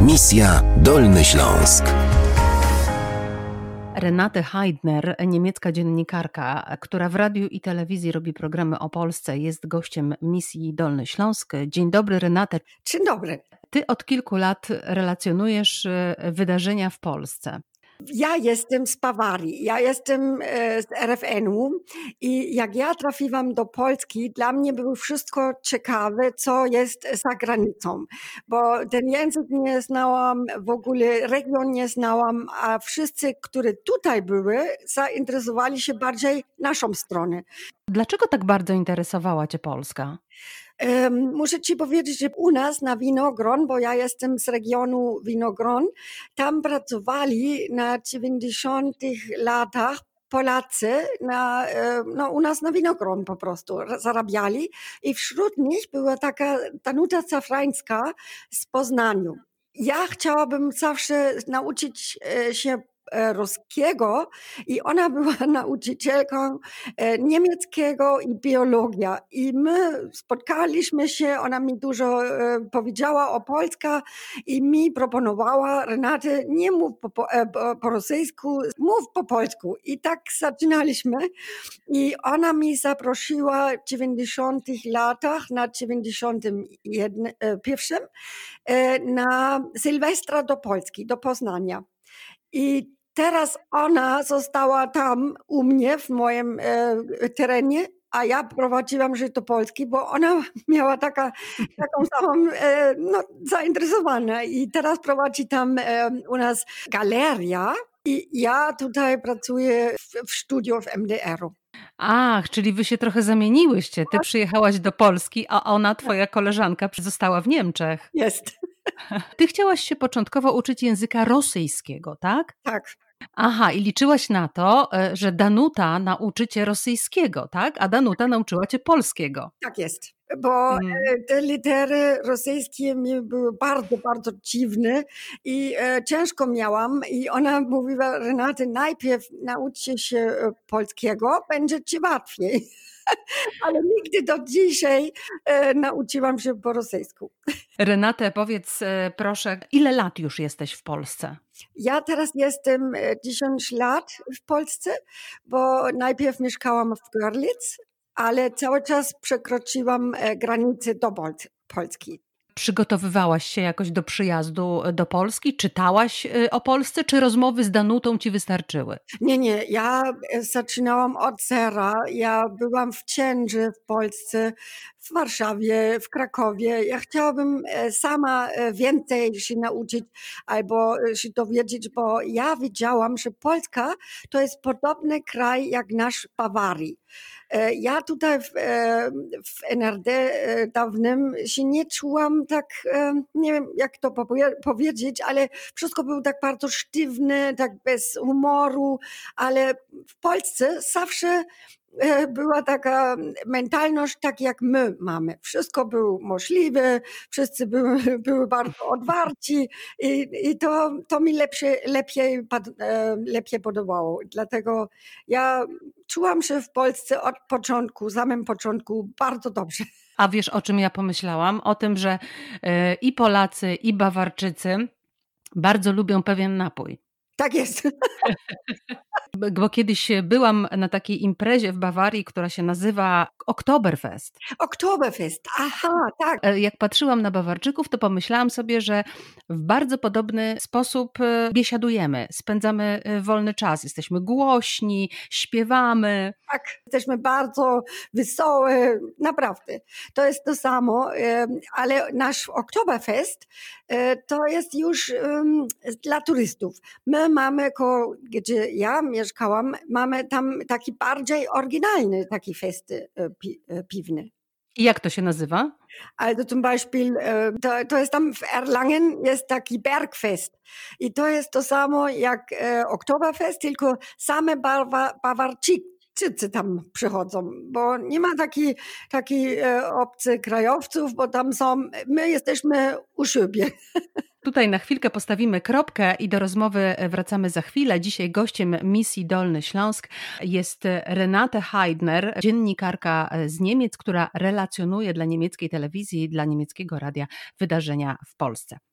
Misja Dolny Śląsk. Renate Haidner, niemiecka dziennikarka, która w radiu i telewizji robi programy o Polsce, jest gościem misji Dolny Śląsk. Dzień dobry, Renate. Dzień dobry. Ty od kilku lat relacjonujesz wydarzenia w Polsce. Ja jestem z Bawarii, ja jestem z RFN-u i jak ja trafiłam do Polski, dla mnie było wszystko ciekawe, co jest za granicą, bo ten język nie znałam, w ogóle region nie znałam, a wszyscy, którzy tutaj były, zainteresowali się bardziej naszą stronę. Dlaczego tak bardzo interesowała Cię Polska? Muszę Ci powiedzieć, że u nas na Winogron, bo ja jestem z regionu Winogron, tam pracowali na 90 latach Polacy u nas na Winogron po prostu zarabiali i wśród nich była taka Danuta Cafrańska z Poznaniu. Ja chciałabym zawsze nauczyć się ruskiego i ona była nauczycielką niemieckiego i biologia. I my spotkaliśmy się, ona mi dużo powiedziała o Polsce i mi proponowała: Renate, nie mów po rosyjsku, mów po polsku. I tak zaczynaliśmy. I ona mi zaprosiła w 90 latach, na 91 na Sylwestra do Polski, do Poznania. I teraz ona została tam u mnie w moim terenie, a ja prowadziłam życie do Polski, bo ona miała taką samą zainteresowana i teraz prowadzi tam u nas galeria i ja tutaj pracuję w studiu w MDR-u. Ach, czyli wy się trochę zamieniłyście. Ty przyjechałaś do Polski, a ona, twoja koleżanka, została w Niemczech. Jest. Ty chciałaś się początkowo uczyć języka rosyjskiego, tak? Tak. Aha, i liczyłaś na to, że Danuta nauczy cię rosyjskiego, tak? A Danuta nauczyła cię polskiego. Tak jest, bo te litery rosyjskie mi były bardzo, bardzo dziwne i ciężko miałam i ona mówiła: Renate, najpierw nauczcie się polskiego, będzie ci łatwiej. Ale nigdy do dzisiaj nauczyłam się po rosyjsku. Renate, powiedz proszę, ile lat już jesteś w Polsce? Ja teraz jestem 10 lat w Polsce, bo najpierw mieszkałam w Görlitz, ale cały czas przekroczyłam granicę do Polski. Przygotowywałaś się jakoś do przyjazdu do Polski? Czytałaś o Polsce, czy rozmowy z Danutą ci wystarczyły? Nie, ja zaczynałam od zera. Ja byłam w cięży w Polsce, w Warszawie, w Krakowie. Ja chciałabym sama więcej się nauczyć albo się dowiedzieć, bo ja wiedziałam, że Polska to jest podobny kraj jak nasz Bawarii. Ja tutaj w NRD dawnym się nie czułam tak, nie wiem jak to powiedzieć, ale wszystko było tak bardzo sztywne, tak bez humoru, ale w Polsce zawsze była taka mentalność, tak jak my mamy. Wszystko było możliwe, wszyscy były bardzo otwarci i to mi lepiej podobało. Dlatego ja czułam się w Polsce od początku, samym początku bardzo dobrze. A wiesz, o czym ja pomyślałam? O tym, że i Polacy, i Bawarczycy bardzo lubią pewien napój. Tak jest. Bo kiedyś byłam na takiej imprezie w Bawarii, która się nazywa Oktoberfest. Oktoberfest, aha, tak. Jak patrzyłam na Bawarczyków, to pomyślałam sobie, że w bardzo podobny sposób biesiadujemy, spędzamy wolny czas, jesteśmy głośni, śpiewamy. Tak, jesteśmy bardzo wesołe, naprawdę. To jest to samo, ale nasz Oktoberfest to jest już dla turystów. My mamy, gdzie ja mieszkałam, mamy tam taki bardziej oryginalny taki festy piwny. I jak to się nazywa? Also zum Beispiel, to jest tam w Erlangen jest taki Bergfest. I to jest to samo jak Oktoberfest, tylko same Bawarczycy tam przychodzą, bo nie ma takich obcokrajowców, bo tam my jesteśmy u siebie. Tutaj na chwilkę postawimy kropkę i do rozmowy wracamy za chwilę. Dzisiaj gościem misji Dolny Śląsk jest Renate Haidner, dziennikarka z Niemiec, która relacjonuje dla niemieckiej telewizji i dla niemieckiego radia wydarzenia w Polsce.